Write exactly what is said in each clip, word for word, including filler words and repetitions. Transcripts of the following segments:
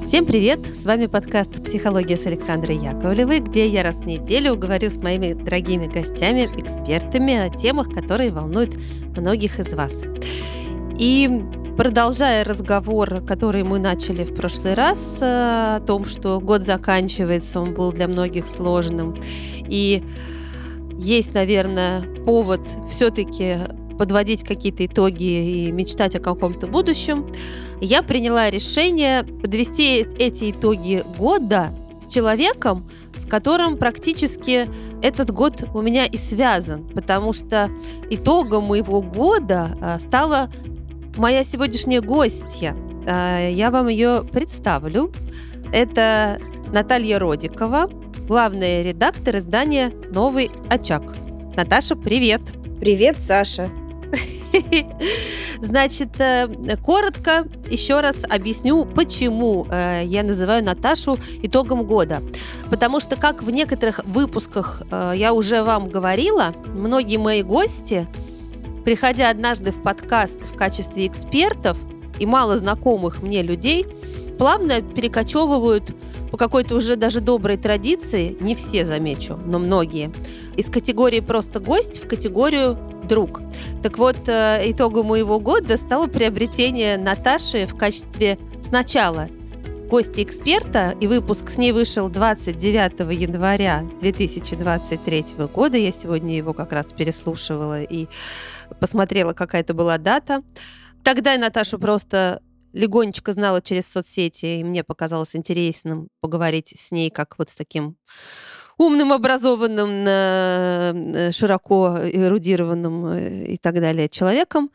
Всем привет! С вами подкаст «Психология» с Александрой Яковлевой, где я раз в неделю говорю с моими дорогими гостями, экспертами о темах, которые волнуют многих из вас. И продолжая разговор, который мы начали в прошлый раз, о том, что год заканчивается, он был для многих сложным, и есть, наверное, повод все-таки подводить какие-то итоги и мечтать о каком-то будущем, я приняла решение подвести эти итоги года с человеком, с которым практически этот год у меня и связан, потому что итогом моего года стала моя сегодняшняя гостья. Я вам ее представлю. Это Наталья Родикова, главный редактор издания «Новый очаг». Наташа, привет! Привет, Саша! Значит, коротко еще раз объясню, почему я называю Наташу итогом года. Потому что, как в некоторых выпусках я уже вам говорила, многие мои гости, приходя однажды в подкаст в качестве экспертов и мало знакомых мне людей, плавно перекочевывают по какой-то уже даже доброй традиции, не все, замечу, но многие, из категории «просто гость» в категорию «друг». Так вот, итогом моего года стало приобретение Наташи в качестве сначала гостя-эксперта, и выпуск с ней вышел двадцать девятого января две тысячи двадцать третьего года. Я сегодня его как раз переслушивала и посмотрела, какая это была дата. Тогда я Наташу просто легонечко знала через соцсети, и мне показалось интересным поговорить с ней как вот с таким умным, образованным, широко эрудированным и так далее человеком.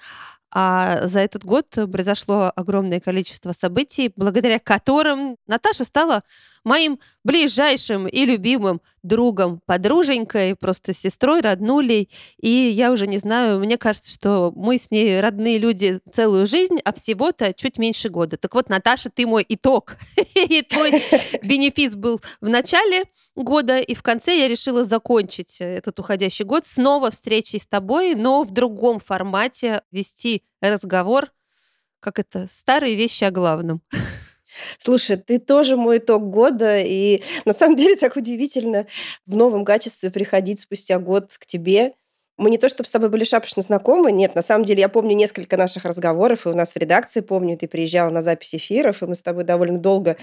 А за этот год произошло огромное количество событий, благодаря которым Наташа стала моим ближайшим и любимым другом, подруженькой, просто сестрой, роднулей. И я уже не знаю, мне кажется, что мы с ней родные люди целую жизнь, а всего-то чуть меньше года. Так вот, Наташа, ты мой итог. И твой бенефис был в начале года, и в конце я решила закончить этот уходящий год снова встречей с тобой, но в другом формате вести разговор, как это, старые вещи о главном. Слушай, ты тоже мой итог года, и на самом деле так удивительно в новом качестве приходить спустя год к тебе. Мы не то чтобы с тобой были шапочно знакомы, нет, на самом деле я помню несколько наших разговоров, и у нас в редакции, помню, ты приезжала на запись эфиров, и мы с тобой довольно долго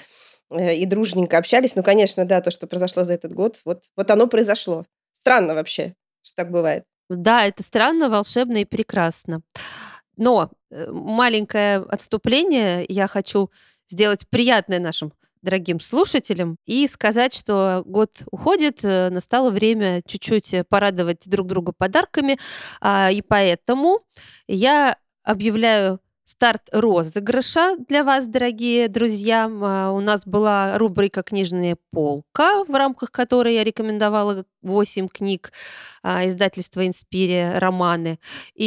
и дружненько общались. Ну, конечно, да, то, что произошло за этот год, вот, вот оно произошло. Странно вообще, что так бывает. Да, это странно, волшебно и прекрасно. Но маленькое отступление я хочу сделать приятное нашим дорогим слушателям и сказать, что год уходит, настало время чуть-чуть порадовать друг друга подарками, и поэтому я объявляю старт розыгрыша для вас, дорогие друзья. У нас была рубрика «Книжная полка», в рамках которой я рекомендовала восемь книг издательства «Инспирия», романы.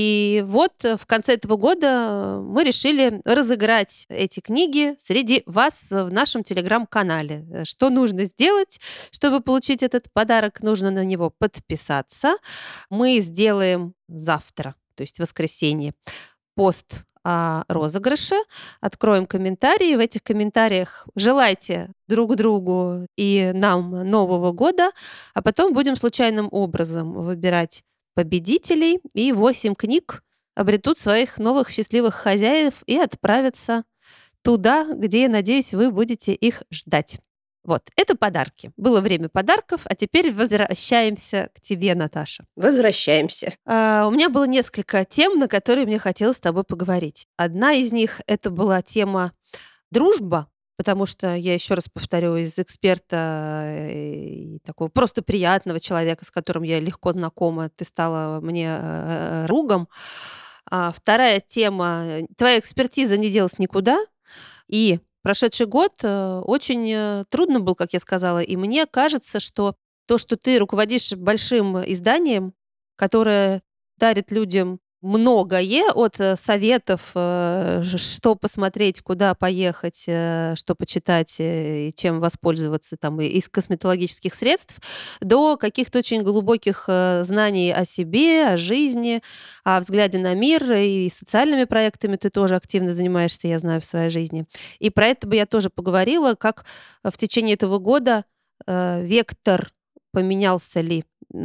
И вот в конце этого года мы решили разыграть эти книги среди вас в нашем телеграм-канале. Что нужно сделать, чтобы получить этот подарок? Нужно на него подписаться. Мы сделаем завтра, то есть в воскресенье, пост о розыгрыше, откроем комментарии. В этих комментариях желайте друг другу и нам Нового года, а потом будем случайным образом выбирать победителей, и восемь книг обретут своих новых счастливых хозяев и отправятся туда, где, я надеюсь, вы будете их ждать. Вот, это подарки. Было время подарков, а теперь возвращаемся к тебе, Наташа. Возвращаемся. А, у меня было несколько тем, на которые мне хотелось с тобой поговорить. Одна из них — это была тема дружба, потому что, я еще раз повторю, из эксперта и такого просто приятного человека, с которым я легко знакома, ты стала мне э, другом. А вторая тема — твоя экспертиза не делась никуда, и прошедший год очень трудно был, как я сказала, и мне кажется, что то, что ты руководишь большим изданием, которое дарит людям многое от э, советов, э, ж- что посмотреть, куда поехать, э, что почитать, э, и чем воспользоваться там и- из косметологических средств, до каких-то очень глубоких э, знаний о себе, о жизни, о взгляде на мир, и социальными проектами ты тоже активно занимаешься, я знаю, в своей жизни. И про это бы я тоже поговорила, как э, в течение этого года э, вектор поменялся ли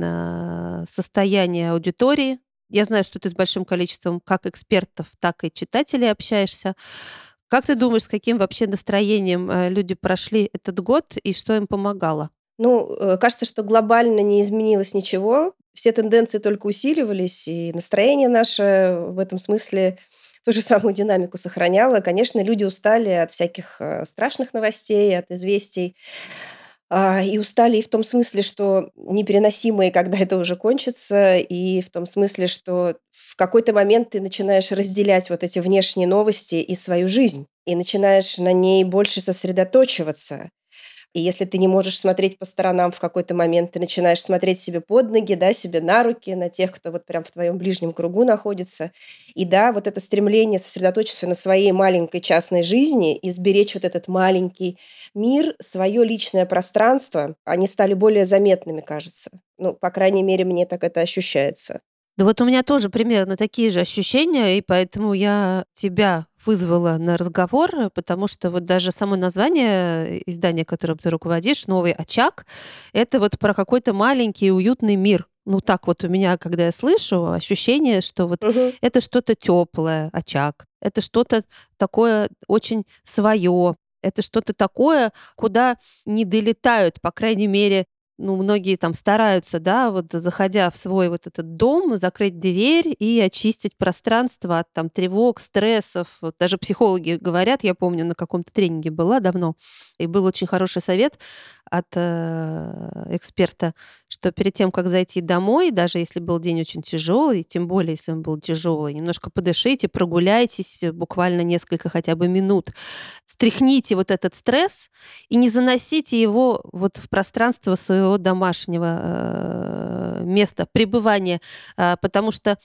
на состояние аудитории. Я знаю, что ты с большим количеством как экспертов, так и читателей общаешься. Как ты думаешь, с каким вообще настроением э, люди прошли этот год и что им помогало? Ну, э, кажется, что глобально не изменилось ничего. Все тенденции только усиливались, и настроение наше в этом смысле ту же самую динамику сохраняло. Конечно, люди устали от всяких э, страшных новостей, от известий. А, и устали и в том смысле, что непереносимые, когда это уже кончится, и в том смысле, что в какой-то момент ты начинаешь разделять вот эти внешние новости и свою жизнь, и начинаешь на ней больше сосредоточиваться. И если ты не можешь смотреть по сторонам в какой-то момент, ты начинаешь смотреть себе под ноги, да, себе на руки, на тех, кто вот прям в твоем ближнем кругу находится. И да, вот это стремление сосредоточиться на своей маленькой частной жизни и сберечь вот этот маленький мир, свое личное пространство, они стали более заметными, кажется. Ну, по крайней мере, мне так это ощущается. Да вот у меня тоже примерно такие же ощущения, и поэтому я тебя вызвала на разговор, э, потому что вот даже само название издания, которым ты руководишь, «Новый очаг», это вот про какой-то маленький уютный мир. Ну так вот у меня, когда я слышу, ощущение, что вот Мгм. это что-то теплое, очаг, это что-то такое очень свое, это что-то такое, куда не долетают, по крайней мере, ну, многие там стараются, да, вот заходя в свой вот этот дом, закрыть дверь и очистить пространство от там тревог, стрессов. Вот даже психологи говорят, я помню, на каком-то тренинге была давно, и был очень хороший совет от э, эксперта, что перед тем, как зайти домой, даже если был день очень тяжелый, тем более, если он был тяжелый, немножко подышите, прогуляйтесь э, буквально несколько хотя бы минут, стряхните вот этот стресс, и не заносите его вот в пространство своего домашнего э, места пребывания, а, потому что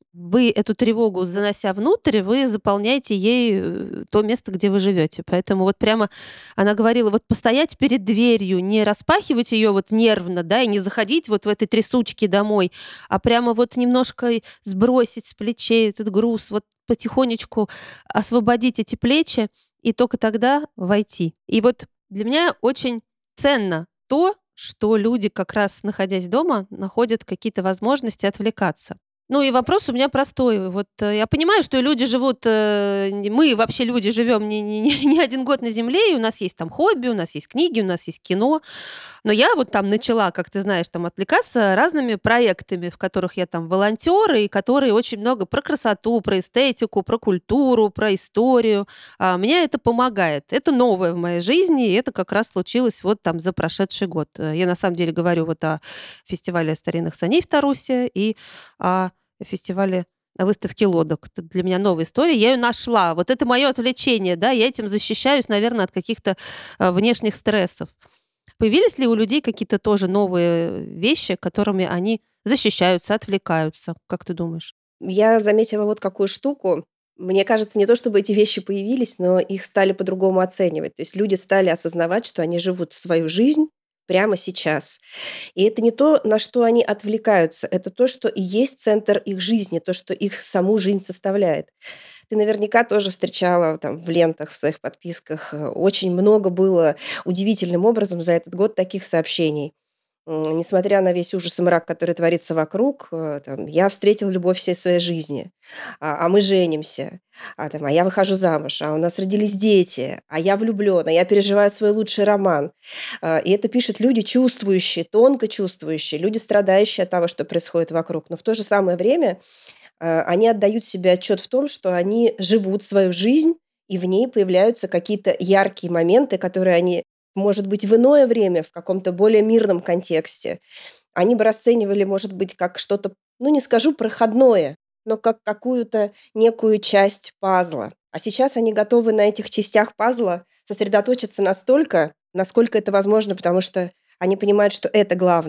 вы эту тревогу, занося внутрь, вы заполняете ей э, то место, где вы живете. Поэтому вот прямо она говорила, вот постоять перед дверью, не распахивать ее вот нервно, да, и не заходить вот в этой трясучке домой, а прямо вот немножко и сбросить с плечей этот груз, вот потихонечку освободить эти плечи и только тогда войти. И вот для меня очень ценно то, что люди, как раз находясь дома, находят какие-то возможности отвлекаться. Ну и вопрос у меня простой. Вот э, я понимаю, что люди живут, э, не- мы вообще люди живем не, не, не не один год на Земле, и у нас есть там хобби, у нас есть книги, у нас есть кино. Но я вот там начала, как ты знаешь, там отвлекаться разными проектами, в которых я там волонтер, и которые очень много про красоту, про эстетику, про культуру, про историю. А, мне это помогает. Это новое в моей жизни, и это как раз случилось вот там за прошедший год. Э, Я на самом деле говорю вот о фестивале старинных саней в Тарусе и о фестивале выставки лодок. Это для меня новая история. Я ее нашла. Вот это мое отвлечение, да, я этим защищаюсь, наверное, от каких-то э, внешних стрессов. Появились ли у людей какие-то тоже новые вещи, которыми они защищаются, отвлекаются? Как ты думаешь? Я заметила вот какую штуку. Мне кажется, не то чтобы эти вещи появились, но их стали по-другому оценивать. То есть люди стали осознавать, что они живут свою жизнь прямо сейчас. И это не то, на что они отвлекаются, это то, что и есть центр их жизни, то, что их саму жизнь составляет. Ты наверняка тоже встречала там в лентах, в своих подписках. э, Очень много было удивительным образом за этот год таких сообщений. М, Несмотря на весь ужас и мрак, который творится вокруг, э, там, я встретил любовь всей своей жизни, а, а мы женимся, а, там, а я выхожу замуж, а у нас родились дети, а я влюблен, а я переживаю свой лучший роман. А, И это пишут люди чувствующие, тонко чувствующие, люди, страдающие от того, что происходит вокруг. Но в то же самое время э, они отдают себе отчет в том, что они живут свою жизнь, и в ней появляются какие-то яркие моменты, которые они, может быть, в иное время, в каком-то более мирном контексте, они бы расценивали, может быть, как что-то, ну, не скажу проходное, но как какую-то некую часть пазла. А сейчас они готовы на этих частях пазла сосредоточиться настолько, насколько это возможно, потому что они понимают, что это главное.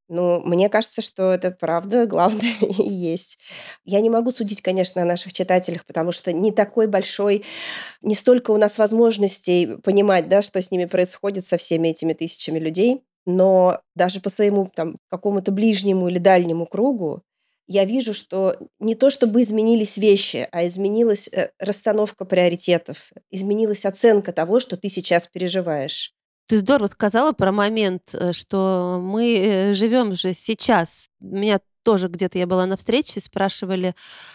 Ну, мне кажется, что это правда главное и есть. Я не могу судить, конечно, о наших читателях, потому что не такой большой, не столько у нас возможностей понимать, да, что с ними происходит, со всеми этими тысячами людей. Но даже по своему там какому-то ближнему или дальнему кругу я вижу, что не то чтобы изменились вещи, а изменилась э, расстановка приоритетов, изменилась оценка того, что ты сейчас переживаешь. Ты здорово сказала про момент, э, что мы э, живем же сейчас. Меня тоже где-то я была на встрече, спрашивали,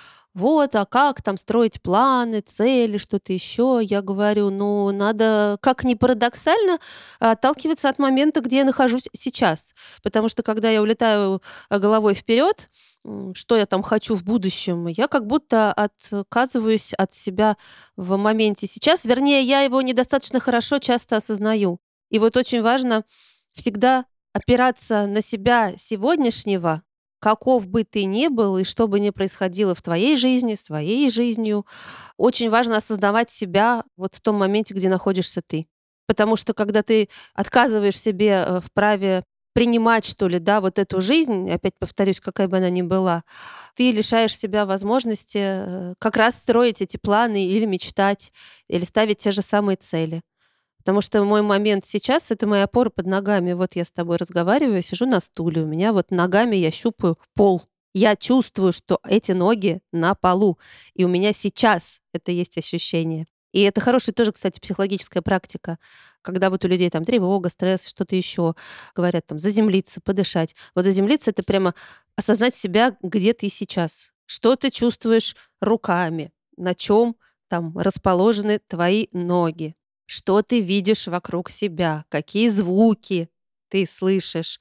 вот, а как там строить планы, цели, что-то еще? Я говорю, ну, надо, как ни парадоксально, отталкиваться от момента, где я нахожусь сейчас. Потому что когда я улетаю э, головой вперед, м, что я там хочу в будущем, я как будто отказываюсь от себя в моменте сейчас. Вернее, я его недостаточно хорошо часто осознаю. И вот очень важно всегда опираться на себя сегодняшнего, каков бы ты ни был и что бы ни происходило в твоей жизни, с твоей жизнью, очень важно осознавать себя вот в том моменте, где находишься ты. Потому что когда ты отказываешь себе э, в праве принимать, что ли, да, вот эту жизнь, опять повторюсь, какая бы она ни была, ты лишаешь себя возможности э, как раз строить эти планы или мечтать, или ставить те же самые цели. Потому что мой момент сейчас — это моя опора под ногами. Вот я с тобой разговариваю, сижу на стуле, у меня вот ногами я щупаю пол. Я чувствую, что эти ноги на полу, и у меня сейчас это есть ощущение. И это хорошая тоже, кстати, психологическая практика, когда вот у людей там тревога, стресс, что-то еще, говорят там заземлиться, подышать. Вот заземлиться — это прямо осознать себя, где ты сейчас, что ты чувствуешь руками, на чем там расположены твои ноги, что ты видишь вокруг себя, какие звуки ты слышишь.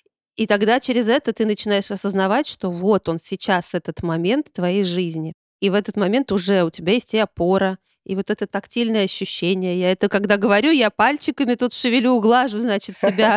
И тогда через это ты начинаешь осознавать, что вот он сейчас, этот момент твоей жизни. И в этот момент уже у тебя есть и опора, и вот это тактильное ощущение. Я это когда говорю, я пальчиками тут шевелю, глажу, значит, себя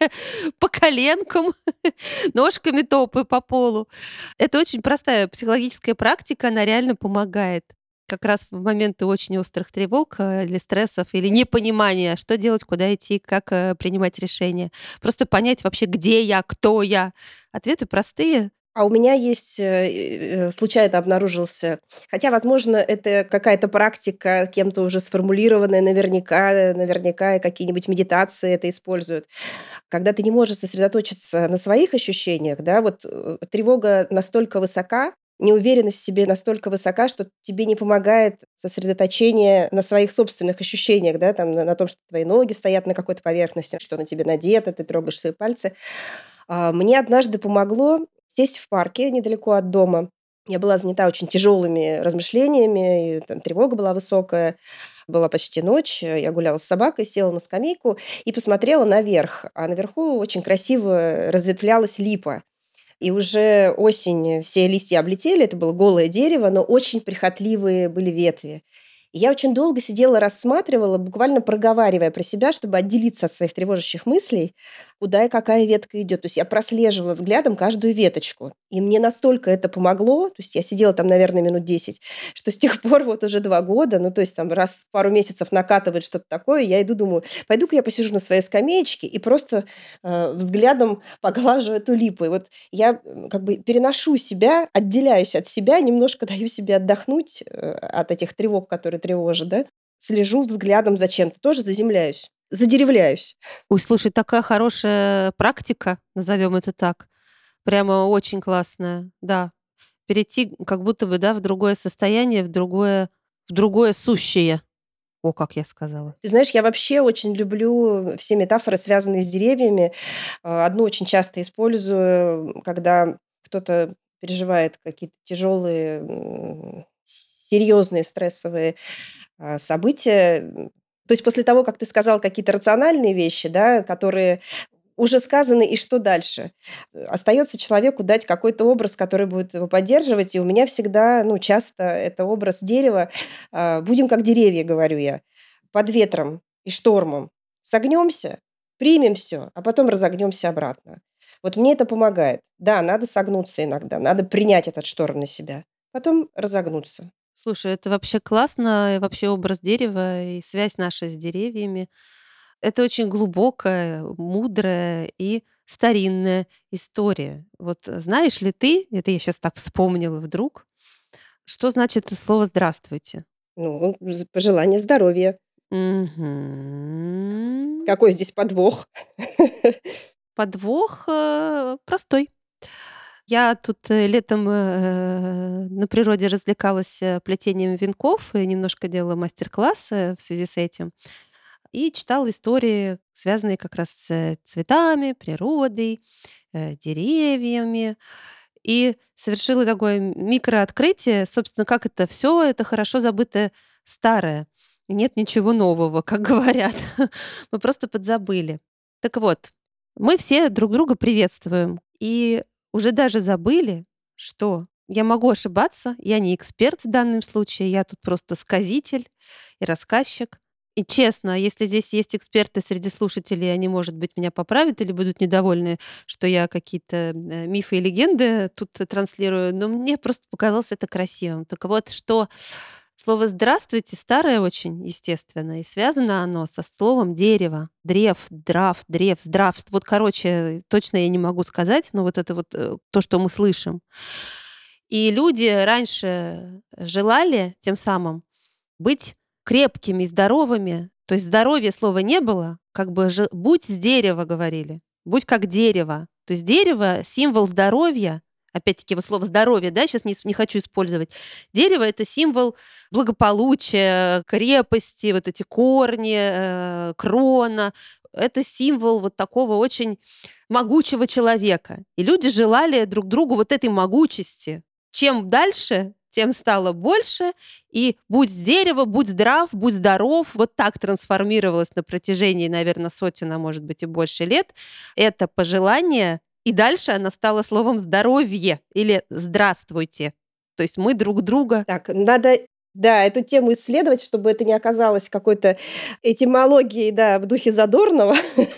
по коленкам, ножками топаю по полу. Это очень простая психологическая практика, она реально помогает. Как раз в моменты очень острых тревог э, или стрессов, или непонимания, что делать, куда идти, как э, принимать решения. Просто понять вообще, где я, кто я. Ответы простые. А у меня есть, э, э, случайно обнаружился, хотя, возможно, это какая-то практика, кем-то уже сформулированная, наверняка, э, наверняка и какие-нибудь медитации это используют. Когда ты не можешь сосредоточиться на своих ощущениях, да, вот э, тревога настолько высока, неуверенность в себе настолько высока, что тебе не помогает сосредоточение на своих собственных ощущениях, да, там, на, на том, что твои ноги стоят на какой-то поверхности, что на тебе надето, ты трогаешь свои пальцы. А, Мне однажды помогло сесть в парке недалеко от дома. Я была занята очень тяжелыми размышлениями, и там тревога была высокая, была почти ночь. Я гуляла с собакой, села на скамейку и посмотрела наверх. А наверху очень красиво разветвлялась липа. И уже осень, все листья облетели, это было голое дерево, но очень прихотливые были ветви. И я очень долго сидела, рассматривала, буквально проговаривая про себя, чтобы отделиться от своих тревожащих мыслей, куда и какая ветка идет. То есть я прослеживала взглядом каждую веточку. И мне настолько это помогло, то есть я сидела там, наверное, минут десять, что с тех пор вот уже два года, ну то есть там раз в пару месяцев накатывает что-то такое, я иду, думаю, пойду-ка я посижу на своей скамеечке и просто э, взглядом поглажу эту липу. И вот я м, как бы переношу себя, отделяюсь от себя, немножко даю себе отдохнуть э, от этих тревог, которые тревожат, да, слежу взглядом за чем-то, тоже заземляюсь, задеревляюсь. Ой, слушай, такая хорошая практика, назовем это так. Прямо очень классная, да. Перейти как будто бы, да, в другое состояние, в другое, в другое сущее. О, как я сказала. Ты знаешь, я вообще очень люблю все метафоры, связанные с деревьями. А, Одну очень часто использую, когда кто-то переживает какие-то тяжелые, м, серьезные стрессовые а, события. М, То есть после того, как ты сказал какие-то рациональные вещи, да, которые уже сказаны, и что дальше? Э, Остается человеку дать какой-то образ, который будет его поддерживать. И у меня всегда, ну, часто это образ дерева. А, Будем как деревья, говорю я, под ветром и штормом. Согнемся, примем все, а потом разогнемся обратно. Вот мне это помогает. Да, надо согнуться иногда, надо принять этот шторм на себя, потом разогнуться. Слушай, это вообще классно, и вообще образ дерева и связь наша с деревьями. Это очень глубокое, мудрое и старинная история. Вот знаешь ли ты, это я сейчас так вспомнила вдруг, что значит слово «здравствуйте»? Ну, з- пожелание здоровья. Мгм. Какой здесь подвох? Подвох э, простой. Я тут э, летом э, на природе развлекалась э, плетением венков и немножко делала мастер-классы в связи с этим. И читала истории, связанные как раз с э, цветами, природой, э, деревьями. И совершила такое микрооткрытие, собственно, как это все это хорошо забытое старое. И нет ничего нового, как говорят. Мы просто подзабыли. Так вот, мы все друг друга приветствуем. И уже даже забыли, что я могу ошибаться, я не эксперт в данном случае, я тут просто сказитель и рассказчик. И честно, если здесь есть эксперты среди слушателей, они, может быть, меня поправят или будут недовольны, что я какие-то э, мифы и легенды тут транслирую, но мне просто показалось это красивым. Так вот, что слово «здравствуйте» старое очень, естественно, и связано оно со словом «дерево», «древ», «драв», «древ», «здрав». Вот, короче, точно я не могу сказать, но вот это вот э, то, что мы слышим. И люди раньше желали тем самым быть крепкими и здоровыми. То есть здоровья слова не было, как бы же «будь с дерева» говорили, «будь как дерево». То есть дерево — символ здоровья. Опять-таки, вот слово «здоровье», да, сейчас не, с- не хочу использовать. Дерево — это символ благополучия, крепости, вот эти корни, э, крона. Это символ вот такого очень могучего человека. И люди желали друг другу вот этой могучести. Чем дальше, тем стало больше, и будь с дерева, будь здрав, будь здоров, вот так трансформировалось на протяжении, наверное, сотен, а может быть и больше лет, это пожелание, и дальше оно стало словом «здоровье» или «здравствуйте». То есть мы друг друга... Так, надо, да, эту тему исследовать, чтобы это не оказалось какой-то этимологией, да, в духе Задорнова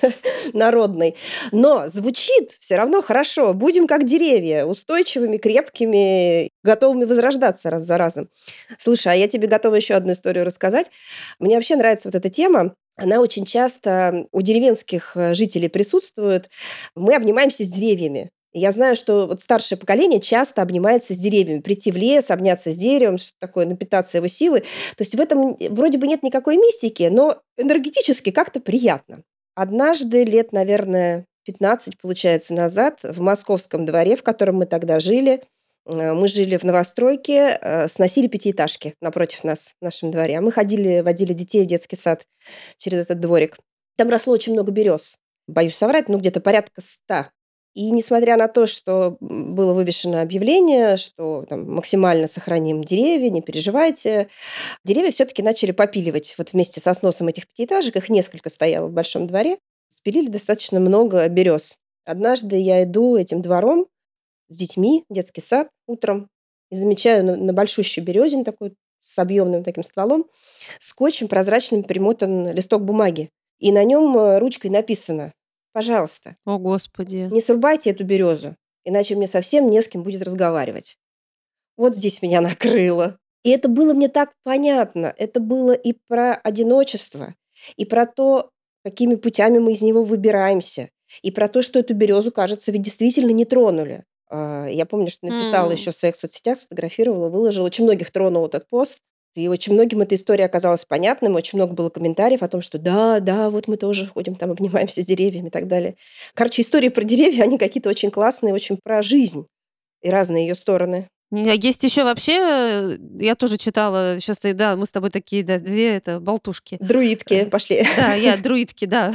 народной. Но звучит все равно хорошо. Будем как деревья, устойчивыми, крепкими, готовыми возрождаться раз за разом. Слушай, а я тебе готова еще одну историю рассказать. Мне вообще нравится вот эта тема. Она очень часто у деревенских э, жителей присутствует. Мы обнимаемся с деревьями. И я знаю, что вот старшее поколение часто обнимается с деревьями. Прийти в лес, обняться с деревом, что такое, напитаться его силой. То есть в этом вроде бы нет никакой мистики, но энергетически как-то приятно. Однажды, лет, наверное, пятнадцать, получается, назад, в московском дворе, в котором мы тогда жили, э, мы жили в новостройке, э, сносили пятиэтажки напротив нас, в нашем дворе. А мы ходили, водили детей в детский сад через этот дворик. Там росло очень много берез. Боюсь соврать, ну где-то порядка ста. И несмотря на то, что м, было вывешено объявление, что там максимально сохраним деревья, не переживайте, деревья все-таки начали попиливать. Вот вместе со сносом этих пятиэтажек, их несколько стояло в большом дворе, спилили достаточно много берез. Однажды я иду этим двором с детьми, в детский сад утром, и замечаю на, на большущей березин такой с объемным таким стволом, скотчем прозрачным примотан листок бумаги. И на нем э, ручкой написано: «Пожалуйста, О, Господи. не срубайте эту березу, иначе мне совсем не с кем будет разговаривать». Вот здесь меня накрыло. И это было мне так понятно. Это было и про одиночество, и про то, какими путями мы из него выбираемся, и про то, что эту березу, кажется, ведь действительно не тронули. А, Я помню, что написала М. еще в своих соцсетях, сфотографировала, выложила. Очень многих тронул этот пост. И очень многим эта история оказалась понятным. Очень много было комментариев о том, что да, да, вот мы тоже ходим там, обнимаемся с деревьями и так далее. Короче, истории про деревья, они какие-то очень классные, очень про жизнь и разные ее стороны. Не, а есть еще вообще, э, я тоже читала, сейчас, да, мы с тобой такие, да, две это болтушки. Друидки Э, пошли. Да, я друидки, да,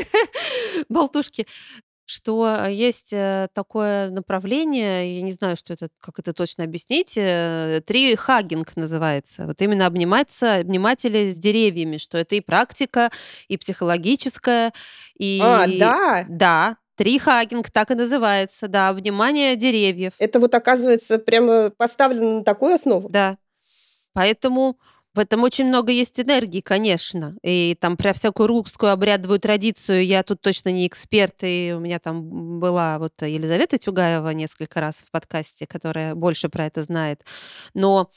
болтушки, что есть э, такое направление, я не знаю, что это, как это точно объяснить, э, три-хаггинг называется. Вот именно обниматься, обниматели с деревьями, что это и практика, и психологическая, А, и да! да, три-хаггинг так и называется, да, обнимание деревьев, Это вот, оказывается, прямо поставлено на такую основу. да. Поэтому в этом очень много есть энергии, конечно. И там про всякую русскую обрядовую традицию я тут точно не эксперт. И у меня там была вот Елизавета Тюгаева несколько раз в подкасте, которая больше про это знает. Но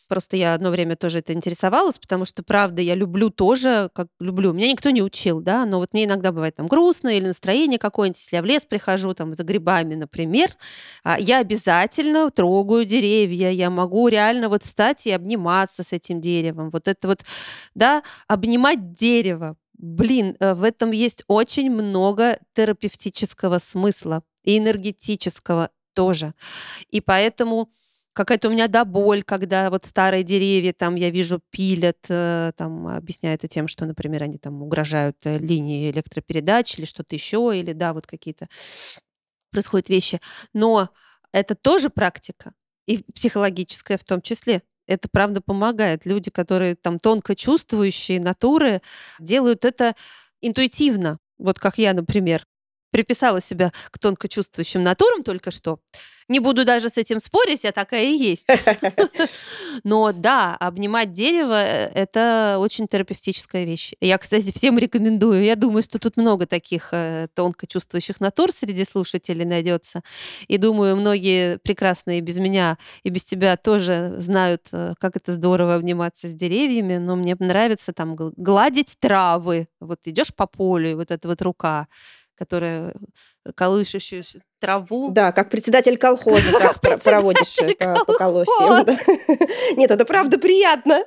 Просто я одно время тоже это интересовалась, потому что, правда, я люблю тоже, как люблю. Меня никто не учил, да, но вот мне иногда бывает там грустно или настроение какое-нибудь, если я в лес прихожу там за грибами, например, а, я обязательно трогаю деревья, я могу реально вот встать и обниматься с этим деревом. Вот это вот, да, обнимать дерево. Блин, э, в этом есть очень много терапевтического смысла и энергетического тоже. И поэтому какая-то у меня, да, боль, когда вот старые деревья там, я вижу, пилят, э, там, объясняя это тем, что, например, они там угрожают э, линии электропередач или что-то еще, или, да, вот какие-то происходят вещи. Но это тоже практика, и психологическая в том числе. Это правда помогает. Люди, которые там тонко чувствующие натуры, делают это интуитивно. Вот как я, например, приписала себя к тонко чувствующим натурам только что. Не буду даже с этим спорить, я такая и есть. Но да, обнимать дерево э, это очень терапевтическая вещь. Я, кстати, всем рекомендую. Я думаю, что тут много таких э, тонко чувствующих натур среди слушателей найдется. И думаю, многие прекрасные без меня и без тебя тоже знают, э, как это здорово обниматься с деревьями. Но мне нравится там гл- гладить травы. Вот идешь по полю, и вот эта вот рука, которая колышущую траву. Да, как председатель колхоза, Как так про- проводишь э, председатель по, по колосьям. Да. Нет, это правда приятно.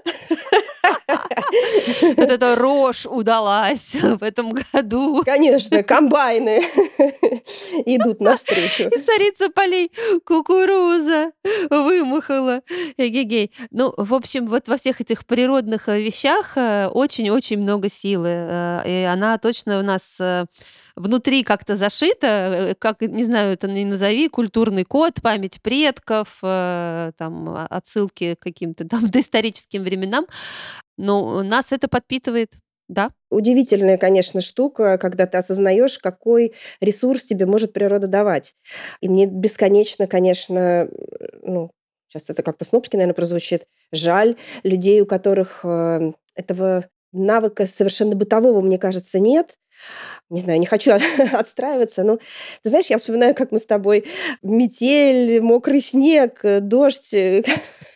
Вот эта рожь удалась в этом году. Конечно, комбайны идут навстречу. И царица полей кукуруза вымахала. Эгегей. Ну, в общем, вот во всех этих природных э, вещах э, очень-очень много силы. э, И она точно у нас э, внутри как-то зашита, э, как, не знаю, это не назови, культурный код, память предков, э, там, а- отсылки к каким-то там доисторическим временам. Но нас это подпитывает, да. Удивительная, конечно, штука, когда ты осознаешь, какой ресурс тебе может природа давать. И мне бесконечно, конечно, э, ну, сейчас это как-то снобски, наверное, прозвучит, жаль людей, у которых э, этого навыка совершенно бытового, мне кажется, нет. Не знаю, не хочу отстраиваться, но ты знаешь, я вспоминаю, как мы с тобой метель, мокрый снег, э, дождь, э,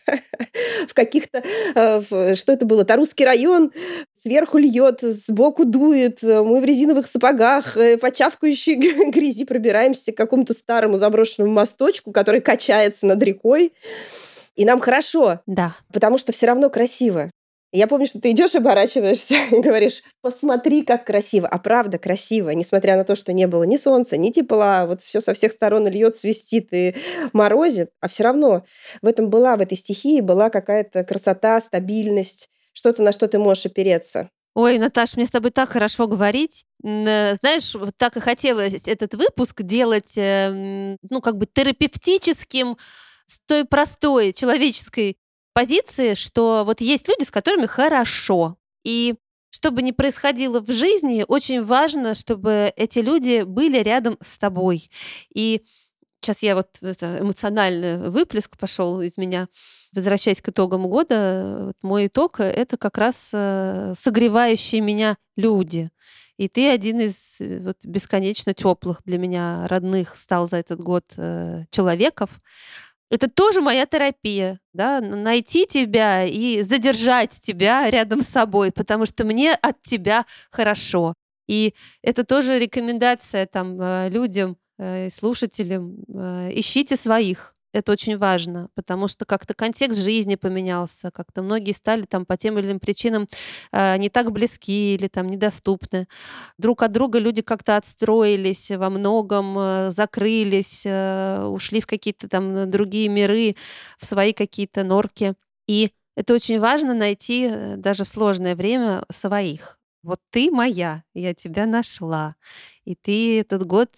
в каких-то, э, в- что это было, Тарусский район, сверху льет, сбоку дует, э, мы в резиновых сапогах, э, по чавкающей г- грязи пробираемся к какому-то старому заброшенному мосточку, который качается над рекой, и нам хорошо, Да. потому что все равно красиво. И Я помню, что ты идешь, оборачиваешься и говоришь, посмотри, как красиво. А правда красиво, несмотря на то, что не было ни солнца, ни тепла, вот все со всех сторон льет, свистит и морозит, а все равно в этом была, в этой стихии была какая-то красота, стабильность, что-то, на что ты можешь опереться. Ой, Наташ, мне с тобой так хорошо говорить. М, э, Знаешь, вот так и хотелось этот выпуск делать, э, м, ну, как бы терапевтическим с той простой человеческой позиции, что вот есть люди, с которыми хорошо. И что бы ни происходило в жизни, очень важно, чтобы эти люди были рядом с тобой. И сейчас я вот это, эмоциональный выплеск пошел из меня. Возвращаясь к итогам года, вот мой итог — э, это как раз э, согревающие меня люди. И ты один из э, вот, бесконечно теплых для меня родных стал за этот год э, человеков. Это тоже моя терапия, да, н- найти тебя и задержать тебя рядом с собой, потому что мне от тебя хорошо. И это тоже рекомендация там э, людям, э, слушателям. э, Ищите своих. Это очень важно, потому что как-то контекст жизни поменялся, как-то многие стали там по тем или иным причинам э, не так близки или там недоступны. Друг от друга люди как-то отстроились во многом, э, закрылись, э, ушли в какие-то там другие миры, в свои какие-то норки. И это очень важно найти э, даже в сложное время своих. Вот ты моя, я тебя нашла. И ты этот год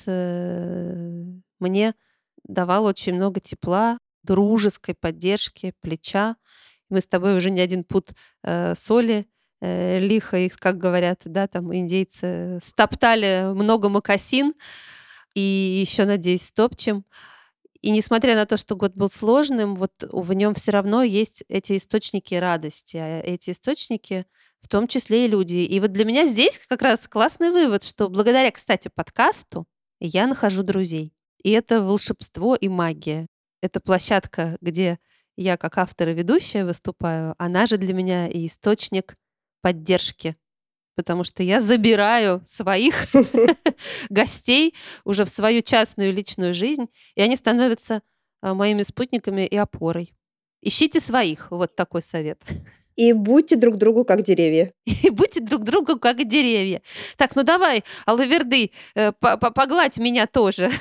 э, мне давал очень много тепла, дружеской поддержки, плеча. Мы с тобой уже не один пуд э, соли э, лихо их, как говорят, да, там индейцы, стоптали много мокасин и еще, надеюсь, стопчем. И несмотря на то, что год был сложным, вот в нем все равно есть эти источники радости, а эти источники в том числе и люди. И вот для меня здесь как раз классный вывод, что благодаря, кстати, подкасту я нахожу друзей. И это волшебство и магия. Это площадка, где я как автор и ведущая выступаю, она же для меня и источник поддержки, потому что я забираю своих гостей уже в свою частную личную жизнь, и они становятся а, моими спутниками и опорой. Ищите своих, вот такой совет. И будьте друг другу как деревья. И будьте друг другу как деревья. Так, ну давай, Алаверды, э, по- по- погладь меня тоже.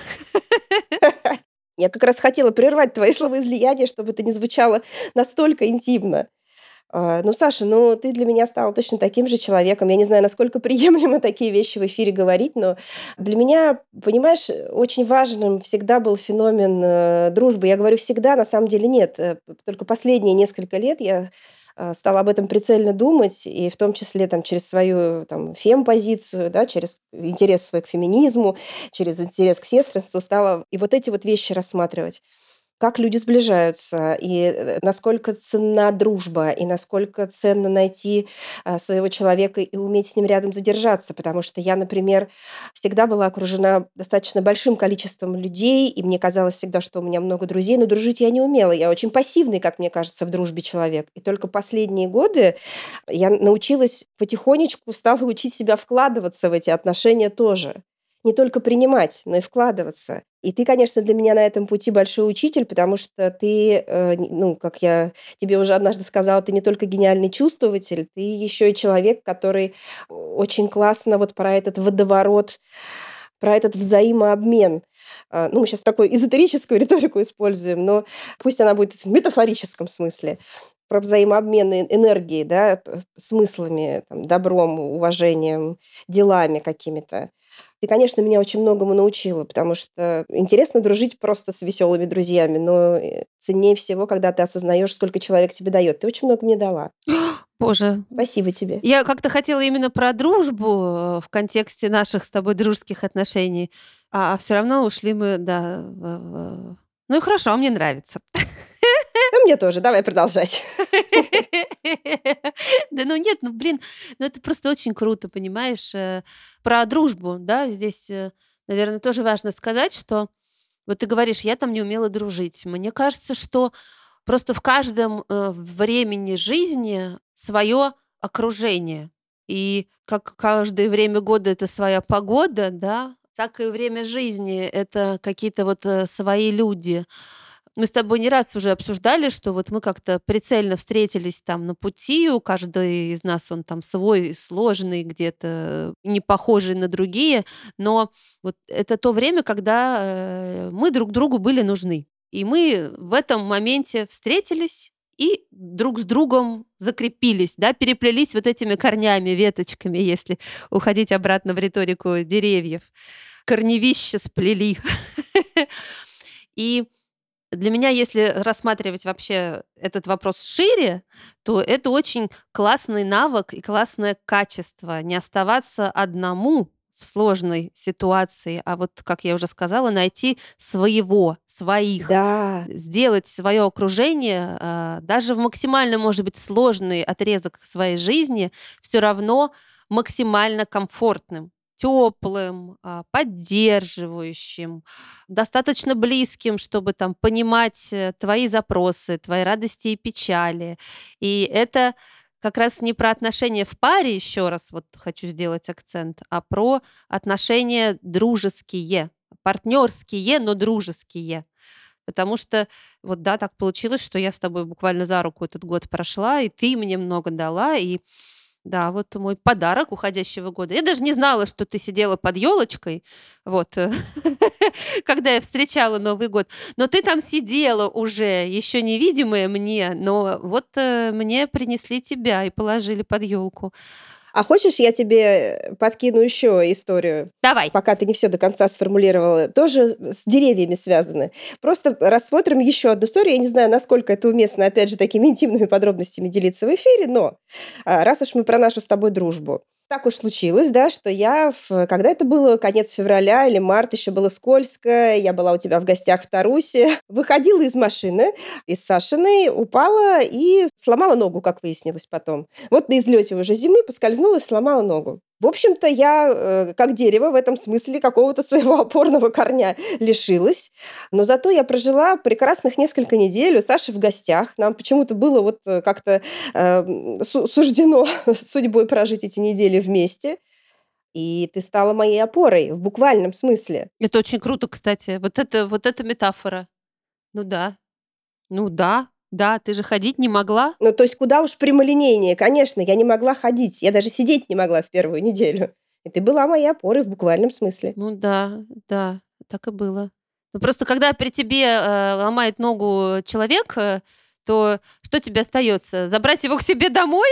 Я как раз хотела прервать твои словоизлияния, чтобы это не звучало настолько интимно. А, Ну, Саша, ну ты для меня стала точно таким же человеком. Я не знаю, насколько приемлемо такие вещи в эфире говорить, но для меня, понимаешь, очень важным всегда был феномен э, дружбы. Я говорю всегда, на самом деле нет. Э, п- Только последние несколько лет я э, стала об этом прицельно думать, и в том числе там, через свою там, фем-позицию, да, через интерес свой к феминизму, через интерес к сестринству стала и вот эти вот вещи рассматривать. Как люди сближаются, и э, насколько ценна дружба, и насколько ценно найти а, своего человека и уметь с ним рядом задержаться. Потому что я, например, всегда была окружена достаточно большим количеством людей, и мне казалось всегда, что у меня много друзей, но дружить я не умела. Я очень пассивный, как мне кажется, в дружбе человек. И только последние годы я научилась потихонечку, стала учить себя вкладываться в эти отношения тоже. Не только принимать, но и вкладываться. И ты, конечно, для меня на этом пути большой учитель, потому что ты, э, н- ну, как я тебе уже однажды сказала, ты не только гениальный чувствователь, ты еще и человек, который очень классно вот про этот водоворот, про этот взаимообмен. А, Ну, мы сейчас такую эзотерическую риторику используем, но пусть она будет в метафорическом смысле. Про взаимообмен э- энергией, да, п- смыслами, там, добром, уважением, делами какими-то. Ты, конечно, меня очень многому научила, потому что интересно дружить просто с веселыми друзьями, но э, ценнее всего, когда ты осознаешь, сколько человек тебе дает. Ты очень много мне дала. Боже, Спасибо тебе. я как-то хотела именно про дружбу э, в контексте наших с тобой дружеских отношений, а, все равно ушли мы, да. в- в- Ну и хорошо, мне нравится. Да мне тоже. Давай продолжать. Да ну нет, ну блин, ну это просто очень круто, понимаешь? э, Про дружбу, да, здесь, наверное, тоже важно сказать, что вот ты говоришь, я там не умела дружить. Мне кажется, что просто в каждом э, времени жизни свое окружение. И как каждое время года это своя погода, да, так и время жизни это какие-то вот э, свои люди. Мы с тобой не раз уже обсуждали, что вот мы как-то прицельно встретились там на пути, у каждой из нас он там свой, сложный, где-то не похожий на другие, но вот это то время, когда э, мы друг другу были нужны. И мы в этом моменте встретились и друг с другом закрепились, да, переплелись вот этими корнями, веточками, если уходить обратно в риторику деревьев. Корневища сплели. И для меня, если рассматривать вообще этот вопрос шире, то это очень классный навык и классное качество не оставаться одному в сложной ситуации, а вот, как я уже сказала, найти своего, своих, Да, сделать свое окружение а, даже в максимально, может быть, сложный отрезок своей жизни все равно максимально комфортным, теплым, а, поддерживающим, достаточно близким, чтобы там понимать э, твои запросы, твои радости и печали. И это как раз не про отношения в паре, еще раз вот хочу сделать акцент, а про отношения дружеские, партнерские, но дружеские. Потому что вот да, так получилось, что я с тобой буквально за руку этот год прошла, и ты мне много дала, и да, вот мой подарок уходящего года. Я даже не знала, что ты сидела под елочкой, вот, э, когда я встречала Новый год. Но ты там сидела уже, еще невидимая мне, но вот э, мне принесли тебя и положили под елку. а хочешь, я тебе подкину еще историю, Давай. пока ты не все до конца сформулировала, тоже с деревьями связаны. Просто рассмотрим еще одну историю. Я не знаю, насколько это уместно, опять же, такими интимными подробностями делиться в эфире, но а, раз уж мы про нашу с тобой дружбу. Так уж случилось, да, что я, в- когда это было, конец февраля или март, еще было скользко, я была у тебя в гостях в Тарусе, выходила из машины, из Сашиной, упала и сломала ногу, как выяснилось потом. Вот на излете уже зимы поскользнулась, сломала ногу. В общем-то, я, э, как дерево в этом смысле какого-то своего опорного корня лишилась, но зато я прожила прекрасных несколько недель у Саши в гостях. Нам почему-то было вот э, как-то э, м, су- суждено судьбой прожить эти недели вместе. И ты стала моей опорой в буквальном смысле. Это очень круто, кстати. Вот это, вот эта метафора. Ну да. Ну да. Да, ты же ходить не могла. Ну, то есть куда уж прямолинейнее. Конечно, я не могла ходить. Я даже сидеть не могла в первую неделю. И ты была моей опорой в буквальном смысле. Ну да, да, так и было. Ну просто когда при тебе э, ломает ногу человек, э, то что тебе остается? Забрать его к себе домой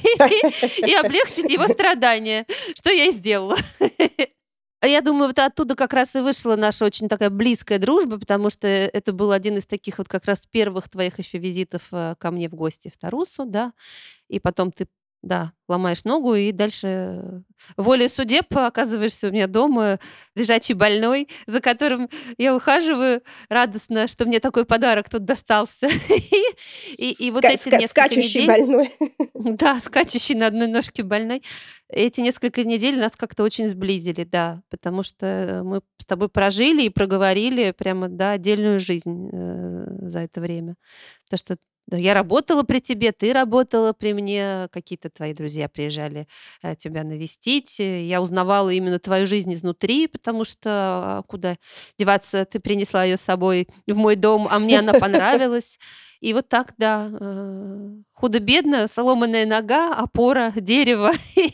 и облегчить его страдания, что я и сделала. А я думаю, вот оттуда как раз и вышла наша очень такая близкая дружба, потому что это был один из таких вот как раз первых твоих еще визитов э, ко мне в гости в Тарусу, да, и потом ты, да, ломаешь ногу, и дальше э, волей судеб оказываешься у меня дома, лежачий больной, за которым я ухаживаю радостно, что мне такой подарок тут достался. И, и вот Ска- эти ска- несколько скачущий недель, больной. да, скачущий на одной ножке больной, эти несколько недель нас как-то очень сблизили, да, потому что мы с тобой прожили и проговорили прямо, да, отдельную жизнь э, за это время. Потому что да, я работала при тебе, ты работала при мне, какие-то твои друзья приезжали э, тебя навестить. э, Я узнавала именно твою жизнь изнутри, потому что а, куда деваться, ты принесла ее с собой в мой дом, а мне она понравилась. И вот так, да, э, худо-бедно, соломанная нога, опора, дерево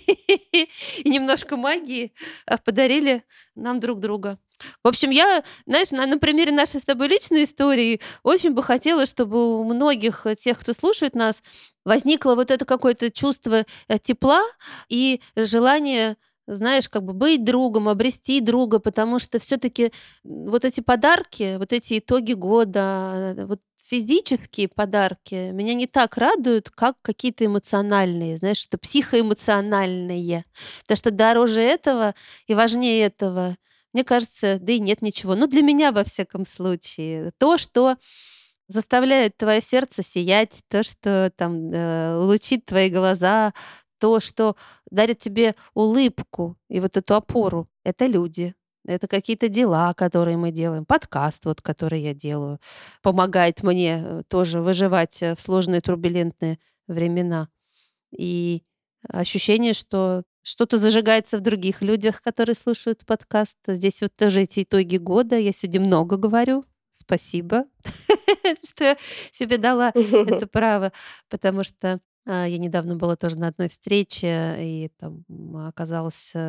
и немножко магии э, подарили нам друг друга. В общем, я, знаешь, на, на примере нашей с тобой личной истории очень бы хотела, чтобы у многих э, тех, кто слушает нас, возникло вот это какое-то чувство э, тепла и желание, знаешь, как бы быть другом, обрести друга, потому что все-таки вот эти подарки, вот эти итоги года, э, вот физические подарки меня не так радуют, как какие-то эмоциональные, знаешь, что психоэмоциональные. Потому что дороже этого и важнее этого, мне кажется, да и нет ничего. Ну, для меня, во всяком случае, то, что заставляет твое сердце сиять, то, что там э, лучит твои глаза, то, что дарит тебе улыбку и вот эту опору, это люди. Это какие-то дела, которые мы делаем. Подкаст, вот, который я делаю, помогает мне э, тоже выживать э, в сложные турбулентные времена. И ощущение, что что-то зажигается в других людях, которые слушают подкаст. Здесь вот тоже эти итоги года. Я сегодня много говорю. Спасибо, что я себе дала это право, потому что а, я недавно была тоже на одной встрече, и там м, оказалось, э,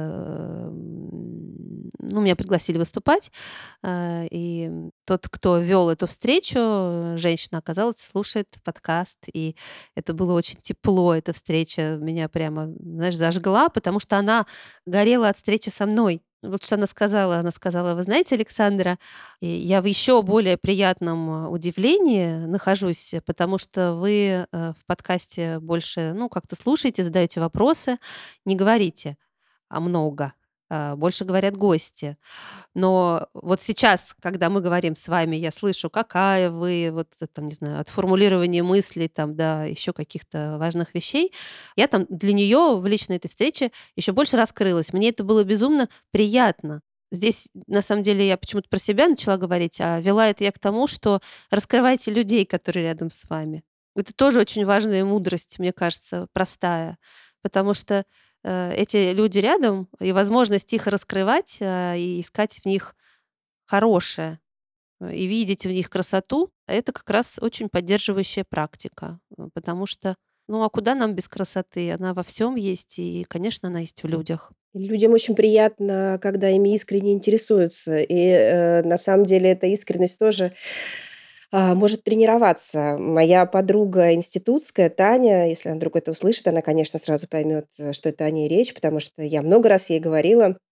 м, ну, меня пригласили выступать, а, и тот, кто вел эту встречу, э, женщина, оказалось, слушает подкаст, и это было очень тепло, эта встреча меня прямо, знаешь, зажгла, потому что она горела от встречи со мной. Вот что она сказала. Она сказала: вы знаете, Александра, и я в еще более приятном э, удивлении нахожусь, э, потому что вы э, в подкасте больше, ну, как-то слушаете, задаете вопросы, не говорите, а много. а, Больше говорят гости. Но вот сейчас, когда мы говорим с вами, я слышу, какая вы, вот э, там, не знаю, от формулирования мыслей, там, да, еще каких-то важных вещей. Я там для нее в личной этой встрече еще больше раскрылась. Мне это было безумно приятно. Здесь, на самом деле, я почему-то про себя начала говорить, а вела это я к тому, что раскрывайте людей, которые рядом с вами. Это тоже очень важная мудрость, мне кажется, простая. Потому что э, эти люди рядом, и возможность их раскрывать, э, и искать в них хорошее, э, и видеть в них красоту, это как раз очень поддерживающая практика. Э, Потому что, ну а куда нам без красоты? Она во всем есть, и, конечно, она есть в людях. И людям очень приятно, когда ими искренне интересуются. И, э, на самом деле эта искренность тоже, а, может тренироваться. Моя подруга институтская, Таня, если она вдруг это услышит, она, конечно, сразу поймет, э, что это о ней речь, потому что я много раз ей говорила,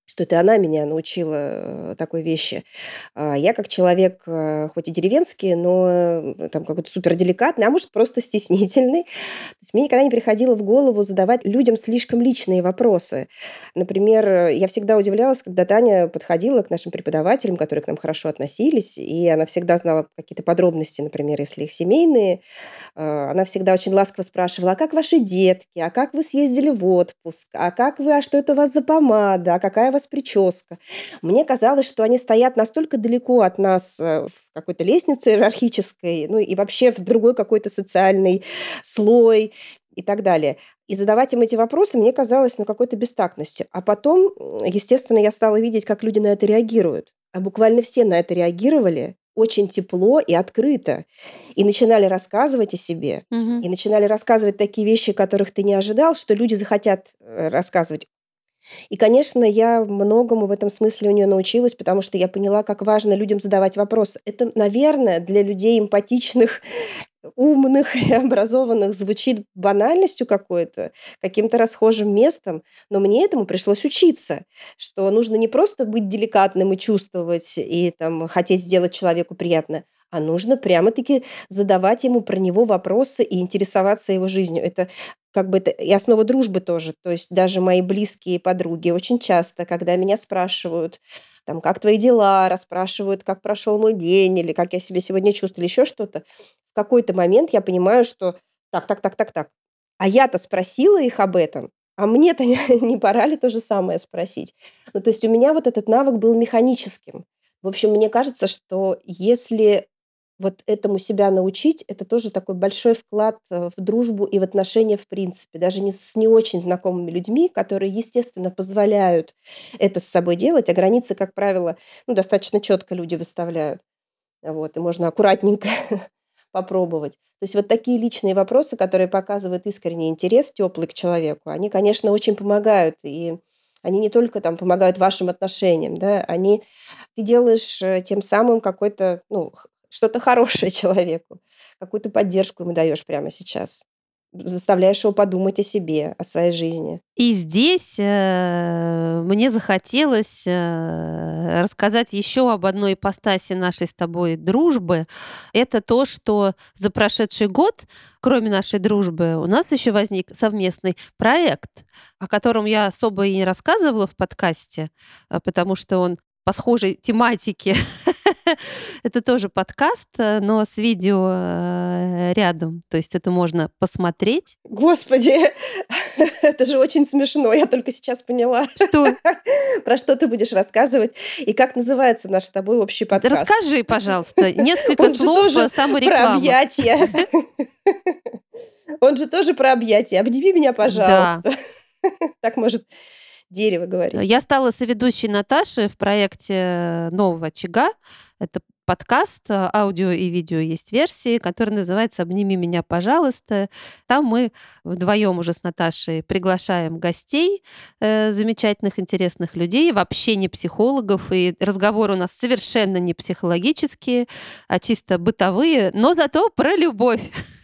что это она меня научила э, такой вещи. А я как человек, э, хоть и деревенский, но э, там какой-то супер деликатный, а может просто стеснительный. То есть мне никогда не приходило в голову задавать людям слишком личные вопросы. Например, э, я всегда удивлялась, когда Таня подходила к нашим преподавателям, которые к нам хорошо относились, и она всегда знала какие-то подробности, например, если их семейные. Э, Она всегда очень ласково спрашивала: а как ваши детки, а как вы съездили в отпуск, а как вы, а что это у вас за помада, а какая у вас прическа. Мне казалось, что они стоят настолько далеко от нас э, в какой-то лестнице иерархической, ну и вообще в другой какой-то социальный слой и так далее. И задавать им эти вопросы мне казалось, ну, какой-то бестактностью. А потом, м, естественно, я стала видеть, как люди на это реагируют. А буквально все на это реагировали очень тепло и открыто. И начинали рассказывать о себе, Мгм. и начинали рассказывать такие вещи, которых ты не ожидал, что люди захотят э, рассказывать. И, конечно, я многому в этом смысле у нее научилась, потому что я поняла, как важно людям задавать вопросы. Это, наверное, для людей эмпатичных, умных и образованных звучит банальностью какой-то, каким-то расхожим местом, но мне этому пришлось учиться, что нужно не просто быть деликатным и чувствовать, и там хотеть сделать человеку приятно, а нужно прямо-таки задавать ему про него вопросы и интересоваться его жизнью. Это как бы это и основа дружбы тоже. То есть даже мои близкие подруги очень часто, когда меня спрашивают, там, как твои дела, расспрашивают, как прошел мой день, или как я себя сегодня чувствую, или еще что-то, в какой-то момент я понимаю, что так, так, так, так, так. А я-то спросила их об этом, а мне-то не не пора ли то же самое спросить? Ну, то есть у меня вот этот навык был механическим. В общем, мне кажется, что если вот этому себя научить, это тоже такой большой вклад э, в дружбу и в отношения в принципе. Даже не с не очень знакомыми людьми, которые, естественно, позволяют это с собой делать, а границы, как правило, ну, достаточно четко люди выставляют. Вот, и можно аккуратненько попробовать. То есть вот такие личные вопросы, которые показывают искренний интерес теплый к человеку, они, конечно, очень помогают. И они не только там помогают вашим отношениям, да, они ты делаешь э, тем самым какой-то, ну, х- что-то хорошее человеку, какую-то поддержку ему даешь прямо сейчас, заставляешь его подумать о себе, о своей жизни. И здесь э, мне захотелось э, рассказать еще об одной ипостаси нашей с тобой дружбы. Это то, что за прошедший год, кроме нашей дружбы, у нас еще возник совместный проект, о котором я особо и не рассказывала в подкасте, а, потому что он по схожей тематике. Это тоже подкаст, э, но с видео э, рядом. То есть это можно посмотреть. Господи, это же очень смешно, я только сейчас поняла, Что? про что ты будешь рассказывать и как называется наш с тобой общий Да подкаст. расскажи, пожалуйста, несколько Он же слов тоже э, про самореклама. объятия. Он же тоже про объятия. Обними меня, Да. пожалуйста. Так может дерево говорить. Я стала соведущей Наташи в проекте нового очага. Это подкаст, э, аудио и видео есть версии, который называется «Обними меня, пожалуйста». Там мы вдвоем уже с Наташей приглашаем гостей, э, замечательных, интересных людей, вообще не психологов, и разговоры у нас совершенно не психологические, а чисто бытовые, но зато про любовь.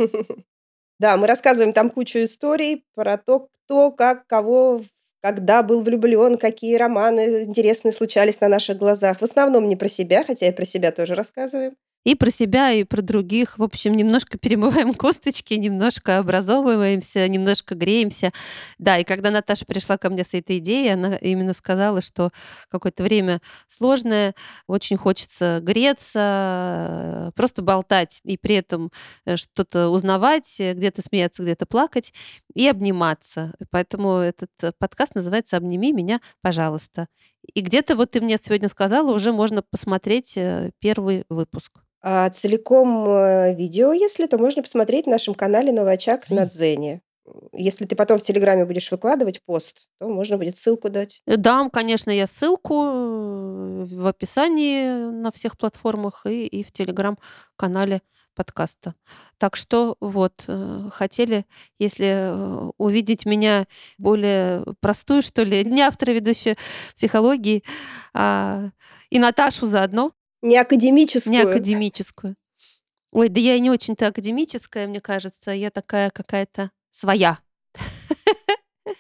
Да, мы рассказываем там кучу историй про то, кто, как, кого, в- когда был влюблен, какие романы интересные случались на наших глазах. В основном не про себя, хотя и про себя тоже рассказываем. И про себя, и про других. В общем, немножко перемываем косточки, немножко образовываемся, немножко греемся. Да, и когда Наташа пришла ко мне с этой идеей, она именно сказала, что какое-то время сложное, очень хочется греться, э, просто болтать и при этом э, что-то узнавать, э, где-то смеяться, где-то плакать и обниматься. Поэтому этот э, подкаст называется «Обними меня, пожалуйста». И где-то вот ты мне сегодня сказала, уже можно посмотреть э, первый выпуск. А целиком э, видео, если, то можно посмотреть на нашем канале «Новый очаг» на Дзене. М, Если ты потом в Телеграме будешь выкладывать пост, то можно будет ссылку дать. Э, Дам, конечно, я ссылку э, в описании на всех платформах и, и в телеграм-канале подкаста. Так что вот, э, хотели, если э, увидеть меня более простую, что ли, не автора ведущую психологии, а, и Наташу заодно, Не не академическую. академическую. Ой, да я и не очень-то академическая, мне кажется, я такая какая-то своя.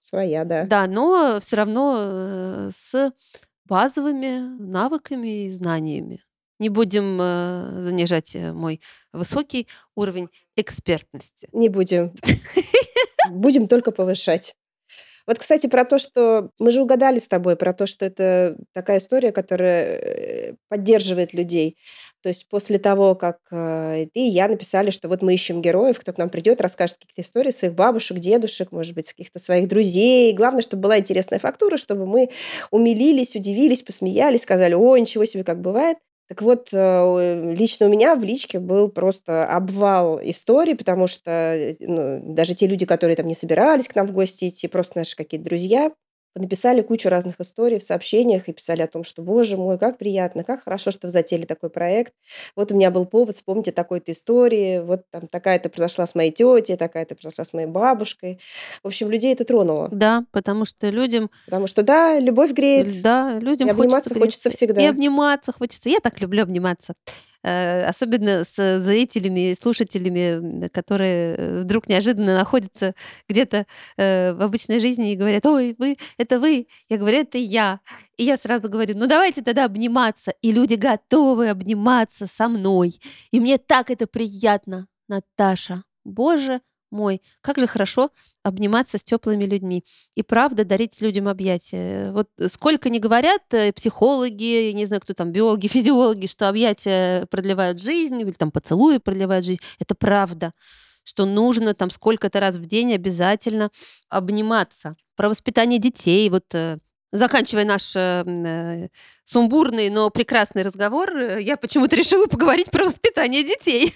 Своя, да. Да, но все равно э, с базовыми навыками и знаниями. Не будем э, занижать э, мой высокий уровень экспертности. Не будем. Будем только повышать. Вот, кстати, про то, что мы же угадали с тобой, про то, что это такая история, которая э, поддерживает людей. То есть после того, как э, и ты и я написали, что вот мы ищем героев, кто к нам придет, расскажет какие-то истории своих бабушек, дедушек, может быть, каких-то своих друзей. Главное, чтобы была интересная фактура, чтобы мы умилились, удивились, посмеялись, сказали: о, ничего себе, как бывает. Так вот, э, лично у меня в личке был просто обвал историй, потому что э, ну, даже те люди, которые там не собирались к нам в гости идти, просто наши какие-то друзья, написали кучу разных историй в сообщениях и писали о том, что, боже мой, как приятно, как хорошо, что вы затеяли такой проект. Вот у меня был повод вспомнить о такой-то истории, вот там такая-то произошла с моей тетей, такая-то произошла с моей бабушкой. В общем, людей это тронуло. Да, потому что людям, Потому что, да, любовь греет, да, и людям обниматься хочется хочется греться. И всегда. обниматься хочется. Я так люблю обниматься. Э, Особенно с зрителями и слушателями, м, которые э, вдруг неожиданно находятся где-то э, в обычной жизни и говорят: ой, вы, это вы. Я говорю: это я. И я сразу говорю: ну давайте тогда обниматься. И люди готовы обниматься со мной. И мне так это приятно, Наташа. Боже мой, как же хорошо обниматься с теплыми людьми. И правда дарить людям объятия. Вот сколько не говорят э, психологи, я не знаю, кто там, биологи, физиологи, что объятия продлевают жизнь, или там поцелуи продлевают жизнь. Это правда, что нужно там сколько-то раз в день обязательно обниматься. Про воспитание детей, вот э, заканчивая наш э, м, э, сумбурный, но прекрасный разговор, э, я почему-то решила поговорить про воспитание детей.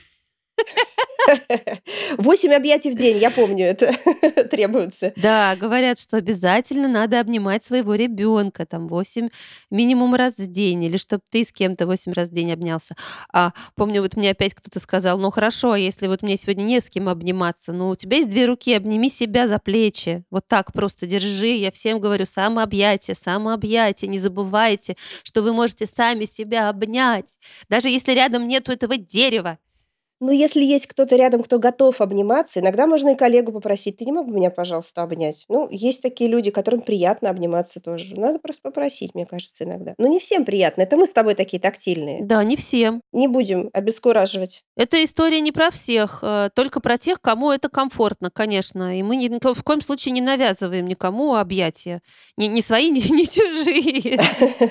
Восемь объятий в день, я помню, это требуется. Да, говорят, что обязательно надо обнимать своего ребенка там восемь минимум раз в день, или чтобы ты с кем-то восемь раз в день обнялся. А помню, вот мне опять кто-то сказал: ну хорошо, а если вот мне сегодня не с кем обниматься, ну у тебя есть две руки, обними себя за плечи, вот так просто держи. Я всем говорю: самообъятие, самообъятие, не забывайте, что вы можете сами себя обнять, даже если рядом нету этого дерева. Ну, если есть кто-то рядом, кто готов обниматься, иногда можно и коллегу попросить: ты не мог бы меня, пожалуйста, обнять? Ну, есть такие люди, которым приятно обниматься тоже. Надо просто попросить, мне кажется, иногда. Но не всем приятно. Это мы с тобой такие тактильные. Да, не всем. Не будем обескураживать. Эта история не про всех, э, только про тех, кому это комфортно, конечно. И мы ни, ни в коем случае не навязываем никому объятия. Ни, ни свои, ни, ни чужие.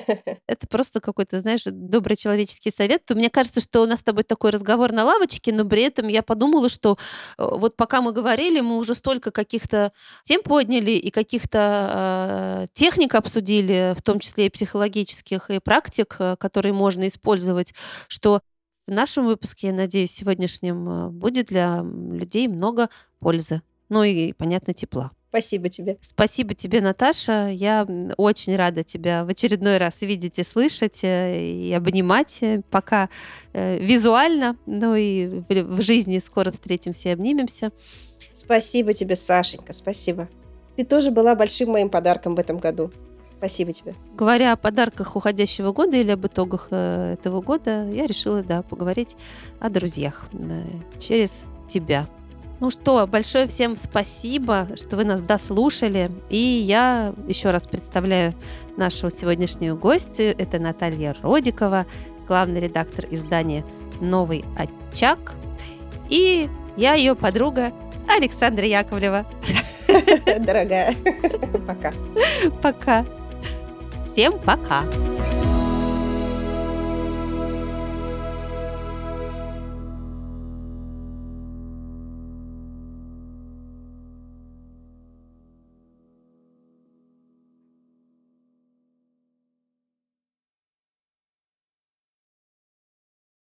Это просто какой-то, знаешь, добрый человеческий совет. Мне кажется, что у нас с тобой такой разговор на лавочке, но при этом я подумала, что э, вот пока мы говорили, мы уже столько каких-то тем подняли и каких-то э, техник обсудили, в том числе и психологических, и практик, э, которые можно использовать, что в нашем выпуске, я надеюсь, сегодняшнем, э, будет для м, людей много пользы. Ну и, понятно, тепла. Спасибо тебе. Спасибо тебе, Наташа. Я м, очень рада тебя в очередной раз видеть и слышать, э, и обнимать. э, Пока э, визуально, ну и в, в жизни скоро встретимся и обнимемся. Спасибо тебе, Сашенька, спасибо. Ты тоже была большим моим подарком в этом году. Спасибо тебе. Говоря о подарках уходящего года или об итогах э, этого года, я решила, да, поговорить о друзьях э, через тебя. Ну что, большое всем спасибо, что вы нас дослушали. И я еще раз представляю нашу сегодняшнюю гостью. Это Наталья Родикова, главный редактор издания «Новый очаг». И я ее подруга Александра Яковлева. Дорогая, пока. Пока. Всем пока.